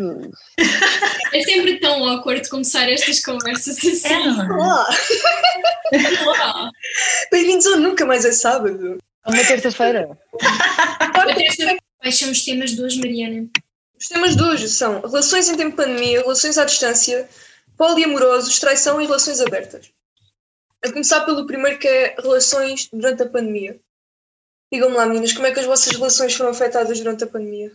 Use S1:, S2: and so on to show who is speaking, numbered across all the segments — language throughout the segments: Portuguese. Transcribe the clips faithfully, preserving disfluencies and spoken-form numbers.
S1: Jesus.
S2: É sempre tão awkward começar estas conversas assim.
S3: É, não é?
S4: Olá!
S2: Olá.
S4: Bem-vindos ao Nunca Mais é Sábado.
S1: É uma terça-feira.
S2: Eu quero saber quais são os temas de hoje, Mariana.
S4: Os temas de hoje são relações em tempo de pandemia, relações à distância, poliamorosos, traição e relações abertas. A começar pelo primeiro, que é relações durante a pandemia. Digam-me lá, meninas, como é que as vossas relações foram afetadas durante a pandemia?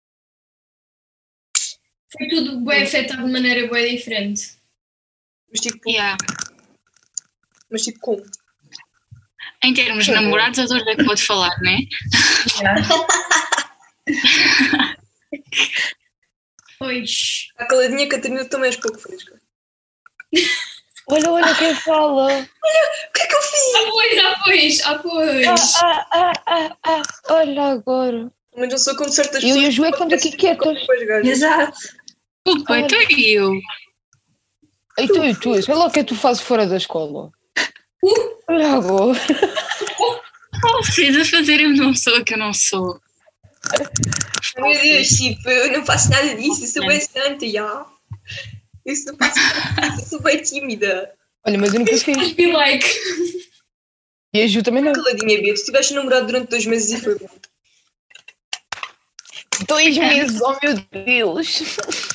S2: Foi tudo bem afetado de maneira bem diferente.
S4: Mas tipo,
S3: Yeah.
S4: mas tipo como?
S3: Em termos de namorados, a dor é que pode falar, né?
S2: Pois.
S4: A caladinha, Catarina, também és pouco fresca.
S1: Olha, olha quem fala.
S4: O que é que eu fiz?
S2: Ah, pois, ah, pois, ah, pois.
S1: Ah, ah, ah, ah, ah. Olha agora.
S4: Mas não sou como certas
S1: Eu e
S4: pessoas.
S1: a Ju é que estamos aqui quietas.
S3: Exato. Desculpa,
S1: Olha.
S3: então e eu?
S1: E tu, e tu? Sei lá o que é que tu fazes fora da escola. Olha agora.
S3: Oh, precisa fazer eu não sou o que eu não sou.
S4: Meu Deus, tipo, eu não faço nada disso, eu sou bem santa, já. Eu não faço nada disso, eu sou bem tímida.
S1: Olha, mas eu nunca fiz.
S2: Mas be like.
S1: E a Ju também não.
S4: Caladinha, Bia, tu tiveste namorado durante dois meses e foi bom.
S1: Dois meses, oh meu Deus.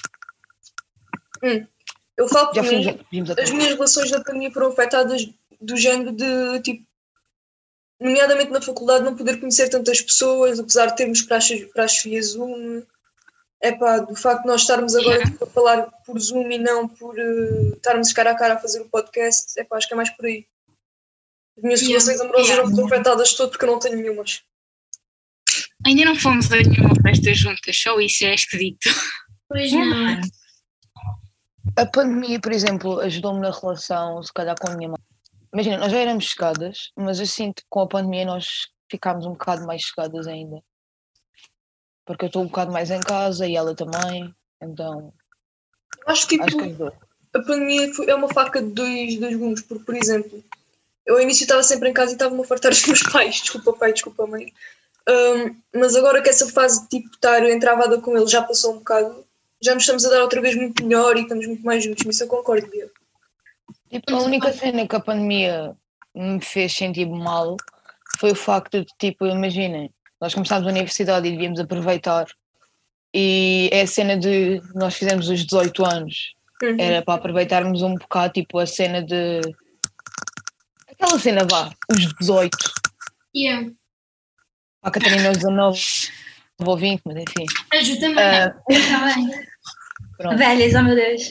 S4: Hum. Eu falo
S1: Já
S4: por mim,
S1: fomos, vimos a
S4: as minhas relações da pandemia foram afetadas do género de, tipo, nomeadamente na faculdade, não poder conhecer tantas pessoas, apesar de termos praxes, praxes via Zoom. É pá, do facto de nós estarmos agora tipo, a falar por Zoom e não por uh, estarmos cara a cara a fazer o podcast, é pá, acho que é mais por aí. As minhas
S2: Yeah.
S4: relações amorosas
S3: Yeah.
S4: não foram afetadas de todo porque eu não tenho nenhumas.
S3: Ainda não fomos a nenhuma festa juntas, só isso já é esquisito.
S2: Pois não.
S1: A pandemia, por exemplo, ajudou-me na relação, se calhar, com a minha mãe. Imagina, nós já éramos chegadas, mas eu sinto que com a pandemia nós ficámos um bocado mais chegadas ainda. Porque eu estou um bocado mais em casa e ela também, então
S4: Acho que, tipo,
S1: acho que ajudou.
S4: a pandemia foi- é uma faca de dois, dois gumes, porque, por exemplo, eu ao início estava sempre em casa e estava-me a fartar dos meus pais, desculpa pai, desculpa mãe, Ahm, mas agora que essa fase de tipo, estar entravada com ele já passou um bocado, já nos estamos a dar outra vez muito melhor e estamos muito mais juntos, nisso eu concordo, Bia.
S1: Tipo, a única cena que a pandemia me fez sentir mal foi o facto de, tipo, imaginem, nós começámos a universidade e devíamos aproveitar, e é a cena de nós fizemos os dezoito anos,
S4: Uhum.
S1: era para aproveitarmos um bocado, tipo, a cena de aquela cena vá, os dezoito,
S2: Yeah.
S1: a Catarina aos dezanove ou vinte, mas enfim.
S2: A Ju também.
S1: Ah,
S3: Está bem.
S1: pronto.
S3: Velhas, oh meu Deus.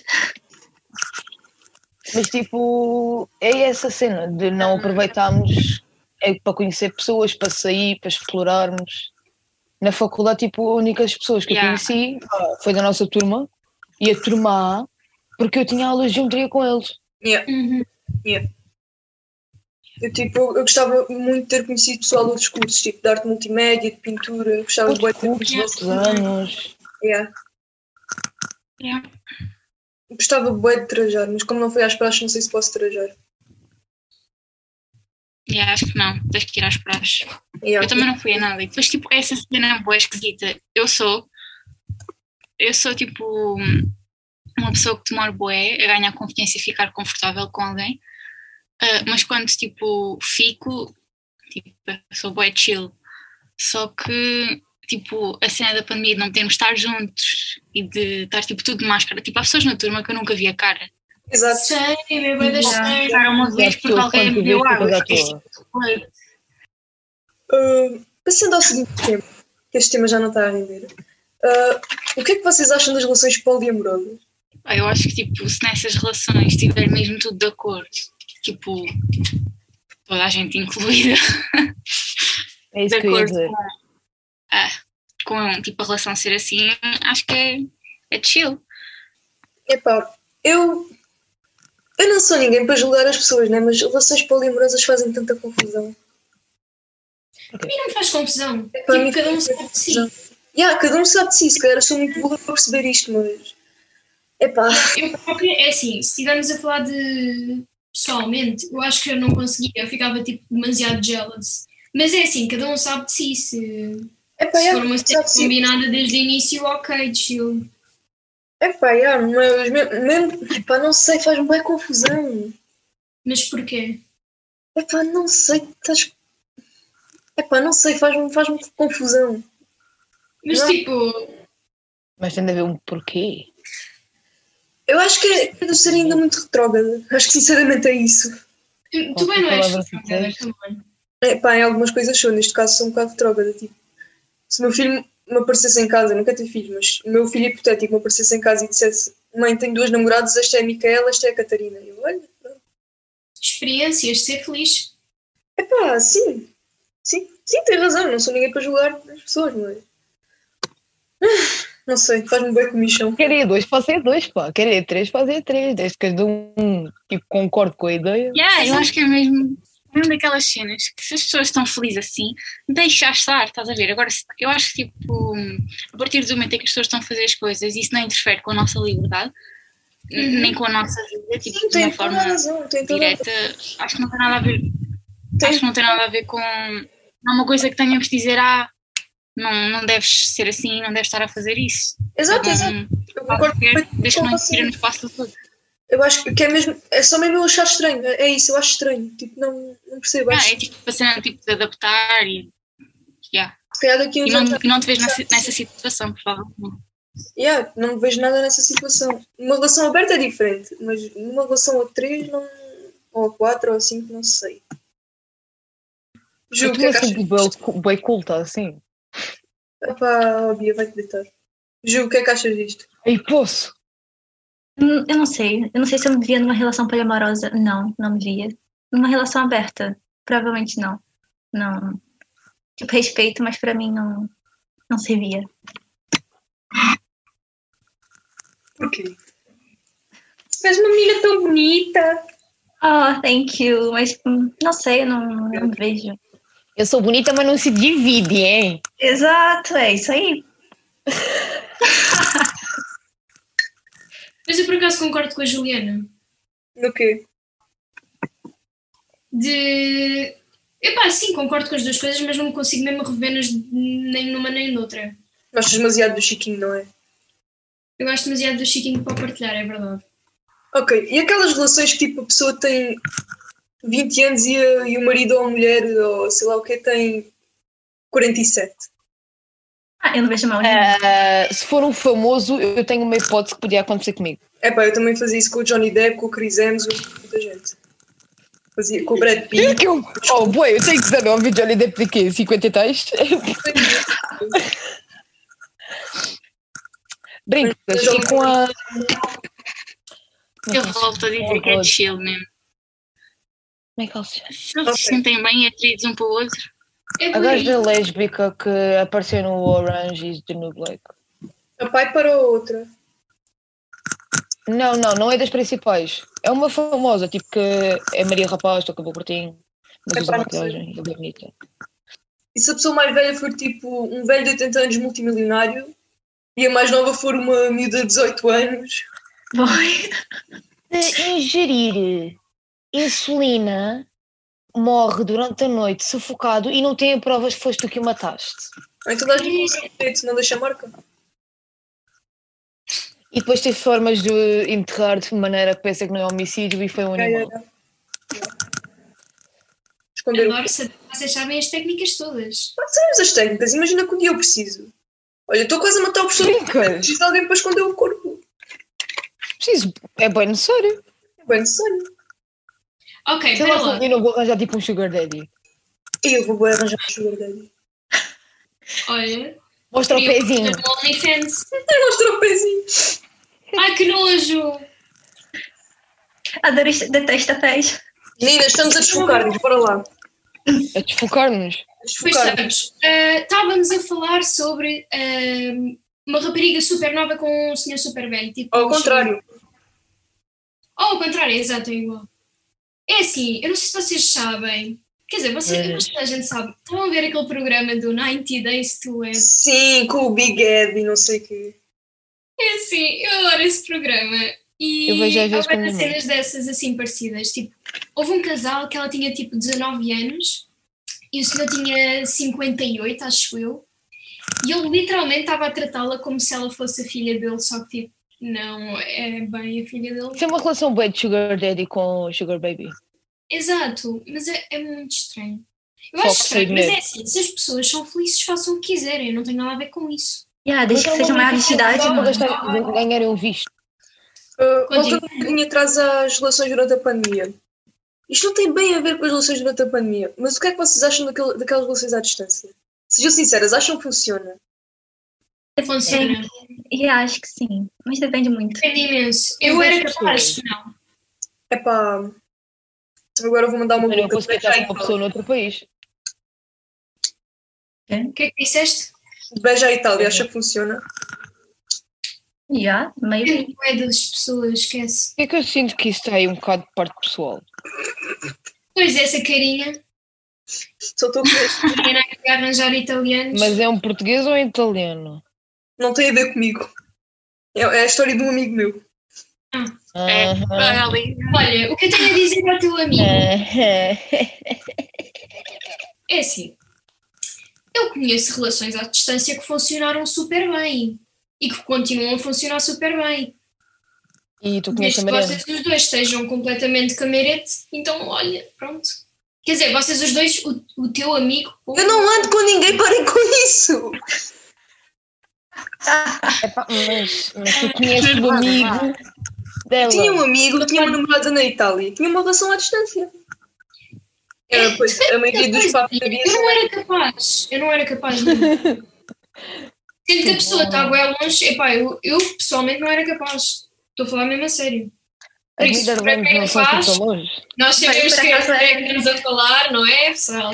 S1: Mas tipo, é essa cena de não aproveitarmos é para conhecer pessoas, para sair, para explorarmos. Na faculdade, tipo, as únicas pessoas que
S3: Yeah.
S1: eu conheci ah, foi da nossa turma e a turma A, porque eu tinha aulas de geometria com eles.
S4: Yeah,
S2: Uhum.
S4: yeah. Eu, tipo, eu, eu gostava muito de ter conhecido pessoal de outros cursos, tipo de arte multimédia, de pintura, eu gostava de
S1: Outros
S4: ter
S1: cursos,
S4: conhecido.
S1: outros anos.
S4: Yeah.
S3: Yeah.
S4: Eu gostava bué de trajar, mas como não foi às praxes, não sei se posso trajar.
S3: Yeah, acho que não, tens que ir às praxes.
S4: Yeah.
S3: Eu também não fui a nada. E depois, tipo, essa cena boa esquisita. Eu sou, eu sou, tipo, uma pessoa que demora bué a ganhar confiança e ficar confortável com alguém. Ah, mas quando, tipo, fico, tipo, eu sou bué chill. Só que, tipo, a cena da pandemia de não podermos estar juntos e de estar, tipo, tudo de máscara. Tipo, há pessoas na turma que eu nunca vi a cara.
S4: Exato.
S2: Sei, é bem das sei.
S3: Ficaram uma vez
S1: Exato,
S3: porque alguém
S1: quando tu
S3: me deu
S1: vês,
S3: água.
S1: ficas à
S3: Fiquei
S1: toa.
S3: tipo, "Ué".
S4: Uh, passando ao seguinte tema, que este tema já não está a render. Uh, o que é que vocês acham das relações poliamorosas?
S3: Pá, eu acho que, tipo, se nessas relações estiver mesmo tudo de acordo, tipo, toda a gente incluída,
S1: É isso
S3: de
S1: que eu ia
S3: acordo
S1: dizer.
S3: com, ah, com, tipo, a relação ser assim, acho que é, é chill.
S4: Epá, eu, eu não sou ninguém para julgar as pessoas, né? Mas relações poliamorosas fazem tanta confusão.
S2: A mim não me faz confusão.
S4: É, para mim
S2: Tipo, cada um
S4: faz
S2: sabe de si.
S4: confusão. Yeah, cada um sabe de si, se calhar eu sou muito burra para perceber isto, mas... Epá,
S2: Eu própria, é assim, se estivermos a falar de pessoalmente, eu acho que eu não conseguia, eu ficava tipo demasiado jealous. Mas é assim, cada um sabe de si, se,
S4: epá
S2: se
S4: yeah,
S2: for uma
S4: sabe
S2: cena
S4: de si.
S2: combinada desde o início, ok, chill.
S4: É pá, yeah, mas mesmo, mesmo epá, não sei, faz-me bem confusão.
S2: Mas porquê?
S4: É pá, não sei, estás. É pá, não sei, faz-me faz confusão.
S2: Mas
S4: Não.
S2: tipo,
S1: Mas tem de haver um porquê.
S4: Eu acho que é, é de ser ainda muito retrógrada. Acho que sinceramente é isso.
S2: tu, tu
S1: Qual
S2: bem não és
S1: palavra que
S2: retrógrada,
S1: disseste?
S2: come on.
S4: É pá, em algumas coisas sou, neste caso sou um bocado retrógrada. Tipo, se o meu filho me aparecesse em casa, eu não quero ter filhos, mas o meu filho hipotético me aparecesse em casa e dissesse: mãe, tenho duas namoradas, esta é a Micaela, esta é a Catarina. Eu, olha, pronto.
S2: Experiências, ser feliz.
S4: É pá, sim. Sim, sim, tem razão, não sou ninguém para julgar as pessoas, não é? Não sei, faz-me bem comichão.
S1: Querer dois, fazer dois, pá. Querer três, fazer três. Desde que cada um tipo, concorde com a ideia.
S3: Yeah, eu acho que é mesmo, é mesmo daquelas cenas que se as pessoas estão felizes assim, deixa estar, estás a ver? Agora, se- eu acho que tipo, a partir do momento em que as pessoas estão a fazer as coisas, isso não interfere com a nossa liberdade, n-
S2: Uhum.
S3: nem com a nossa vida, tipo,
S4: Sim,
S3: de uma
S4: tem toda
S3: forma
S4: a razão, tem toda a razão.
S3: direta. Acho que não tem nada a ver.
S4: Tem-
S3: Acho que não tem nada a ver com. Não é uma coisa que tenhamos de dizer, ah, não, não deves ser assim, não deves estar a fazer isso.
S4: Exato,
S3: Cada
S4: exato.
S3: um
S4: Eu
S3: faz
S4: concordo
S3: o que quer,
S4: perfeitamente
S3: desde que
S4: com
S3: não
S4: você.
S3: interfira no espaço do todo.
S4: Eu acho que é mesmo, é só mesmo eu achar estranho, é é isso, eu acho estranho. Tipo, não, não percebo.
S3: Ah,
S4: Acho
S3: é tipo a cena tipo, de adaptar e. Yeah.
S4: que se calhar daqui a uns
S3: E não,
S4: anos já-
S3: e não te vês nessa, nessa situação, provavelmente.
S4: Yeah, não me vejo nada nessa situação. Uma relação aberta é diferente, mas numa relação a três, não, ou a quatro, ou a cinco, não sei. Ju,
S1: Eu
S4: o que é
S1: estou
S4: que
S1: assim,
S4: achas?
S1: tipo, bem culta, assim.
S4: Epá, ó, Bia, vai-te deitar. Ju, o que é que achas disto?
S1: Aí posso.
S5: Hum, Eu não sei. Eu não sei se eu me via numa relação poliamorosa. Não, não me via. Numa relação aberta. Provavelmente não. Não. Tipo, respeito, mas pra mim não, não servia.
S4: Por quê? Tu és uma menina tão bonita.
S5: Oh, thank you. Mas hum, não sei, eu não, não me vejo.
S1: Eu sou bonita, mas não se divide, hein?
S5: Exato, é isso aí.
S2: Mas eu por acaso concordo com a Juliana.
S4: No quê?
S2: De. Epá, sim, concordo com as duas coisas, mas não me consigo mesmo rever-nas nem numa nem noutra.
S4: Gostas demasiado do Chiquinho, não é?
S2: Eu gosto demasiado do Chiquinho para partilhar, é verdade.
S4: Ok, e aquelas relações que tipo a pessoa tem vinte anos e, a- e o marido ou a mulher, ou sei lá o que, tem quarenta e sete?
S5: Ah, eu não vejo mal nenhum.
S1: Ah, se for um famoso, eu tenho uma hipótese que podia acontecer comigo.
S4: É pá, eu também fazia isso com o Johnny Depp, com o Chris Hemsworth, muita gente. Fazia com o Brad
S1: E
S4: Pitt.
S1: que eu, oh, boy, eu tenho que saber ouvir Johnny Depp de quê? cinquenta e tais? Brincas, e com a.
S3: Eu volto a dizer que é chill mesmo.
S1: Como é que ele se chama?
S3: Se eles se sentem bem e atraídos um para o outro.
S2: É
S1: A
S2: por aí.
S1: gaja lésbica que apareceu no Orange is the New Black.
S4: A pai para a outra.
S1: Não, não, não é das principais. É uma famosa, tipo que é Maria Rapaz, toca o curtinho, mas usa
S4: Epá, não
S1: maquiagem, é bem bonita.
S4: E se a pessoa mais velha for tipo um velho de oitenta anos multimilionário e a mais nova for uma miúda de dezoito anos?
S5: Vai.
S1: Se ingerir insulina, morre durante a noite sufocado e não tem provas que foste tu que o mataste.
S4: Ou então dás-lhe um jeito, não deixa a marca.
S1: E depois teve formas de enterrar de maneira que pensa que não é homicídio e foi um
S4: Ya, ya,
S1: animal.
S4: ya. Esconder o
S2: Adoro saber que vocês sabem as técnicas todas.
S4: Sabemos as técnicas, imagina que um dia eu preciso. Olha, estou quase a matar o professor.
S1: Brincas.
S4: Preciso de alguém para esconder o corpo.
S1: Preciso, é bem necessário.
S4: É bem necessário.
S2: Ok,
S1: Sei
S2: espera
S1: lá,
S2: lá.
S1: se eu não vou arranjar tipo um sugar daddy.
S4: E eu vou bem arranjar um sugar daddy.
S2: Olha.
S1: Mostra o
S2: queria
S1: pezinho.
S2: fazer um OnlyFans.
S4: Mostra o pezinho.
S2: Ai, que nojo!
S5: Adoro isto, detesto pés.
S4: Meninas, estamos a desfocar-nos, bora lá.
S1: A desfocar-nos.
S4: A
S2: Pois
S4: desfocar-nos.
S2: estamos. Ah, estávamos a falar sobre ah, uma rapariga super nova com um senhor super velho. Tipo,
S4: Ao contrário.
S2: Oh, ao contrário, exato, é igual. É assim, eu não sei se vocês sabem. Quer dizer, vocês, eu acho que a gente sabe. Estão a ver aquele programa do ninety Days to Wed?
S4: Sim, com o Big Ed e não sei o quê.
S2: É assim, eu adoro esse programa. E
S1: Eu vejo às vezes
S2: há
S1: com a
S2: várias
S1: minha mãe.
S2: cenas dessas assim parecidas. Tipo, houve um casal que ela tinha tipo dezanove anos e o senhor tinha cinquenta e oito, acho eu. E ele literalmente estava a tratá-la como se ela fosse a filha dele, só que tipo, Não é bem a filha dele.
S1: Isso é uma relação boa de Sugar Daddy com Sugar Baby.
S2: Exato, mas é, é muito estranho. Eu
S1: Só
S2: acho
S1: que
S2: estranho,
S1: sem
S2: mas
S1: dinheiro.
S2: é assim, se as pessoas são felizes, façam o que quiserem, não tem nada a ver com isso.
S5: Yeah, desde que
S1: Mas
S5: sejam
S1: normalmente
S5: maiores de idade,
S1: não
S5: mano.
S1: gastar- ganharem um visto.
S4: Uh,
S2: Continua.
S4: voltando um bocadinho atrás às relações durante a pandemia. Isto não tem bem a ver com as relações durante a pandemia, mas o que é que vocês acham daquele, daquelas relações à distância? Sejam sinceras, acham que funciona?
S2: Funciona.
S5: E acho que sim, mas depende muito.
S2: Depende imenso. Eu
S1: Mas
S2: era
S1: as
S2: capaz,
S1: pessoas-
S2: não.
S4: Epá, agora vou mandar uma
S1: Eu não
S4: boca.
S1: posso estar com uma pessoa noutro país.
S2: O que é que disseste?
S4: Beija a Itália, acha que funciona?
S5: Já, meio.
S2: Não é das pessoas, esquece.
S1: É que eu sinto que isso está aí um bocado de parte pessoal.
S2: Pois essa carinha,
S4: Só estou a ver.
S2: carinha a arranjar italianos.
S1: Mas é um português ou é italiano?
S4: Não tem a ver comigo. É, é a história de um amigo meu.
S3: É,
S1: Aham.
S3: olha ali.
S2: Olha, o que eu tenho a dizer ao teu amigo
S1: Aham.
S2: é assim. Eu conheço relações à distância que funcionaram super bem e que continuam a funcionar super bem.
S1: E tu conheces
S2: Desde
S1: a
S2: que
S1: Mariana?
S2: vocês os dois estejam completamente camerete, então olha, pronto. Quer dizer, vocês os dois, o, o teu amigo. o-
S4: Eu não ando com ninguém, parem com isso!
S1: Epá, mas, mas tu conheces o amigo dela.
S4: Tinha um amigo que tinha uma namorada na Itália. Tinha uma relação à distância. Era, pois, a maioria dos papos havia.
S2: Eu não era capaz, eu não era capaz mesmo. Sendo que a pessoa está bem longe, epá, eu, eu pessoalmente não era capaz. Estou a falar mesmo a sério. Por
S1: As
S2: isso,
S1: líderes
S2: para
S1: não
S2: quem
S1: são assim
S2: faz,
S1: tão longe.
S2: nós
S5: Bem,
S2: sabemos
S5: por
S2: que é
S5: acaso
S2: que
S5: é-
S2: é que estamos a falar, não é, pessoal?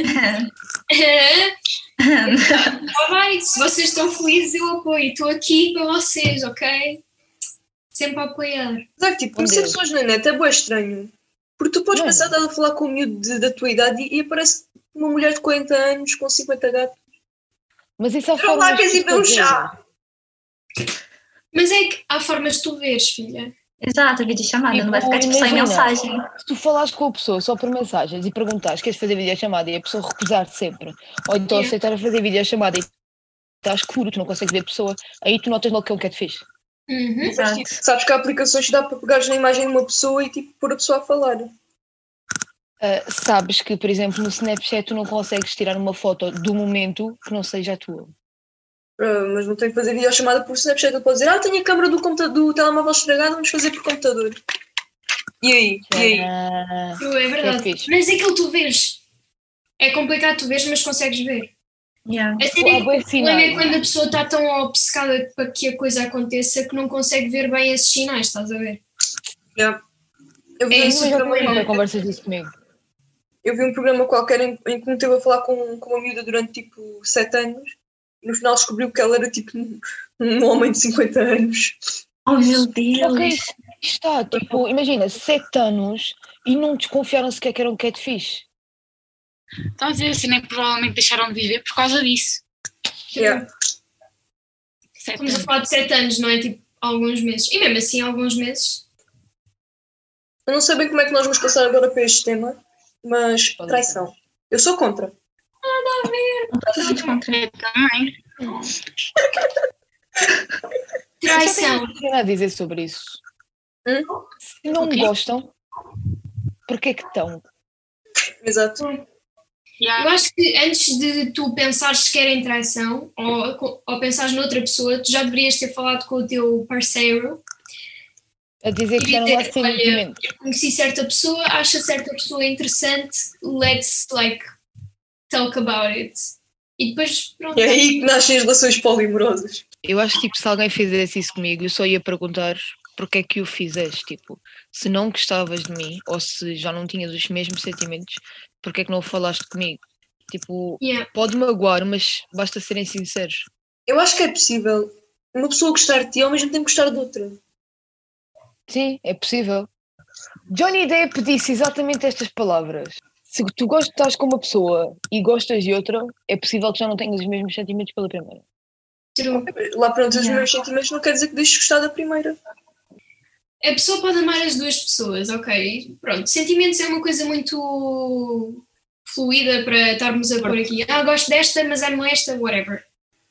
S2: Tá bem, se vocês estão felizes, eu apoio. Estou aqui para vocês, ok? Sempre a apoiar.
S4: Mas é que, tipo, conhecer
S1: Deus.
S4: pessoas na net é bué estranho. Porque tu podes
S1: Não.
S4: pensar, estás a falar com um miúdo de- da tua idade e, e aparece uma mulher de quarenta anos com cinquenta gatos.
S1: Mas isso há
S4: Olha lá,
S1: formas
S4: queres
S1: de
S4: ir beber um
S1: fazer.
S4: chá?
S2: Mas é que há formas de tu veres, filha.
S5: Exato, videochamada, não vai
S1: Tipo,
S5: ficar tipo só em
S1: imagina.
S5: mensagem.
S1: Se tu falares com a pessoa só por mensagens e perguntares queres fazer videochamada e a pessoa recusar sempre, ou então
S2: Yeah.
S1: aceitar a fazer videochamada e está escuro, tu não consegues ver a pessoa, aí tu notas logo que é um catfish.
S2: Uhum.
S4: Mas,
S5: Exato.
S4: tipo, sabes que há aplicações que dá para pegares na imagem de uma pessoa e tipo, pôr a pessoa a falar.
S1: Ah, sabes que, por exemplo, no Snapchat tu não consegues tirar uma foto do momento que não seja a tua.
S4: Ah, mas não tenho que fazer videochamada por Snapchat. Eu posso dizer, ah, tenho a câmera do, computa- do telemóvel estragada, vamos fazer por computador. E aí? E aí?
S1: Ah,
S2: True, é verdade.
S1: fixe.
S2: Mas é aquilo que tu vês. É complicado tu vês, mas consegues ver.
S5: Yeah.
S2: A cena
S1: há
S2: é que
S1: bué
S2: o problema é
S1: sinais.
S2: quando a pessoa está tão obcecada para que a coisa aconteça que não consegue ver bem esses sinais, estás a ver?
S4: Yeah. Eu vi
S2: É
S4: um
S2: isso,
S1: Mas já
S4: programa-
S1: também nunca conversas disso comigo.
S4: Eu vi um programa qualquer em, em que me teve a falar com, com uma miúda durante tipo sete anos e no final descobriu que ela era tipo um, um homem de cinquenta anos.
S5: Oh meu Deus!
S1: Ok, está, tipo, imagina, sete anos e não desconfiaram sequer que era um catfish.
S3: Estão a dizer assim, nem provavelmente deixaram de viver por causa disso.
S4: Yeah.
S3: Sete
S2: Estamos a
S3: anos.
S2: falar de sete anos, não é? Tipo, alguns meses. E mesmo assim, alguns meses.
S4: Eu não sei bem como é que nós vamos passar agora para este tema, mas
S1: Pode
S4: traição. Eu sou contra.
S5: Totalmente contra.
S3: Eu também.
S2: Traição.
S1: Não tenho nada a dizer sobre isso.
S4: Hum?
S1: Se não
S3: Ok.
S1: gostam, porquê que estão?
S4: Exato.
S3: Yeah.
S2: Eu acho que antes de tu pensares sequer em traição ou, ou pensares noutra pessoa, tu já deverias ter falado com o teu parceiro.
S1: A dizer que já não há
S2: Dizer, olha,
S1: sentimentos.
S2: Conheci certa pessoa, acha certa pessoa interessante, let's like talk about it. E depois, pronto.
S4: É aí que nascem as relações polimorosas.
S1: Eu acho que tipo, se alguém fizesse isso comigo, eu só ia perguntar porque é que o fizeste. Tipo, se não gostavas de mim ou se já não tinhas os mesmos sentimentos, porque é que não falaste comigo? Tipo,
S2: Yeah.
S1: pode magoar, mas basta serem sinceros.
S4: Eu acho que é possível uma pessoa gostar de ti ao mesmo tempo gostar de outra.
S1: Sim, é possível. Johnny Depp disse exatamente estas palavras. Se tu gostas com uma pessoa e gostas de outra, é possível que já não tenhas os mesmos sentimentos pela primeira.
S2: True.
S4: Lá para onde os
S5: Yeah.
S4: meus sentimentos não quer dizer que deixes de gostar da primeira.
S2: A pessoa pode amar as duas pessoas, ok? Pronto, sentimentos é uma coisa muito fluida para estarmos a pôr aqui. Ah, gosto desta, mas amo esta, whatever.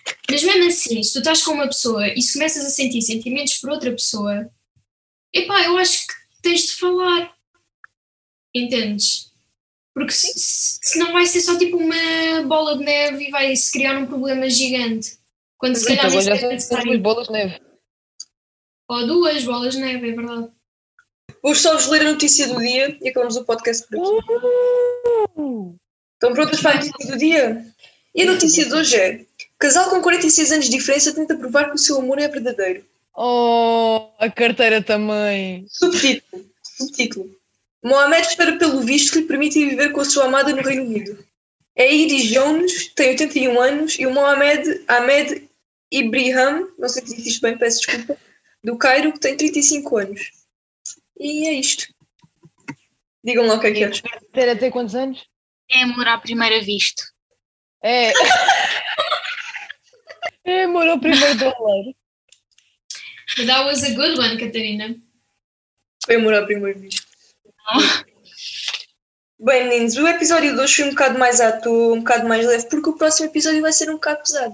S2: Mas mesmo assim, se tu estás com uma pessoa e se começas a sentir sentimentos por outra pessoa, epá, eu acho que tens de falar. Entendes? Porque se, se, senão vai ser só tipo uma bola de neve e vai-se criar um problema gigante. Quando se calhar nem
S1: Agora já
S2: sequer é
S1: são duas
S2: necessário.
S1: bolas de neve.
S2: Ou duas bolas de neve, é verdade.
S4: Vou só vos ler a notícia do dia e acabamos o podcast por aqui.
S1: Uh!
S4: Estão prontas para a notícia do dia? E a notícia de hoje é: casal com quarenta e seis anos de diferença tenta provar que o seu amor é verdadeiro.
S1: Oh, a carteira também.
S4: Subtítulo. Subtítulo. Mohamed espera pelo visto que lhe permite viver com a sua amada no Reino Unido. A Iris Jones tem oitenta e um anos e o Mohamed Ahmed Ibrahim, não sei se disse isto bem, peço desculpa, do Cairo, que tem trinta e cinco anos. E é isto. Digam lá o que é que é.
S1: Carteira tem quantos anos?
S3: É amor à primeira vista.
S1: É. É, amor ao primeiro dólar.
S2: But that was a good one, Catarina.
S4: Foi amor à primeira vista. Bem, meninos, o episódio de hoje foi um bocado mais à toa, um bocado mais leve, porque o próximo episódio vai ser um bocado pesado.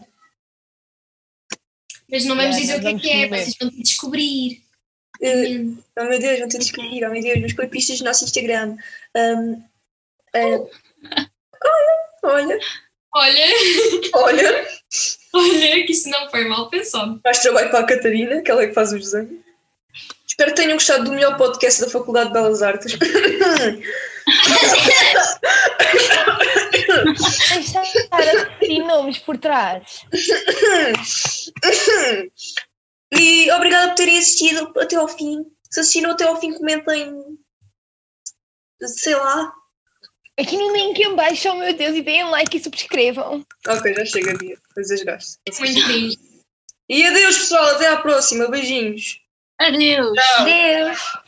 S2: Mas não vamos
S1: Yeah,
S2: dizer o que é
S1: nós
S2: que é,
S1: vamos
S2: vocês vão ter de descobrir.
S4: Uh, oh meu Deus, vão ter de descobrir. Oh meu Deus, vamos pôr pistas no nosso Instagram. Um, uh, olha,
S2: Olha,
S4: olha,
S2: olha, que isso não foi mal pensado.
S4: mais trabalho para a Catarina, que ela é que faz os desenhos. Espero que tenham gostado do melhor podcast da Faculdade de Belas Artes.
S1: Deixar a referir nomes por trás.
S4: E obrigada por terem assistido até ao fim. Se assistiram até ao fim, comentem. Sei lá.
S1: Aqui no link em baixo, oh meu Deus, e deem like e subscrevam.
S4: Ok, já chega, Bia. Coisas gastas.
S2: Muito triste.
S4: E adeus, pessoal. Até à próxima. Beijinhos.
S3: Adeus.
S4: Tchau.
S5: Deus!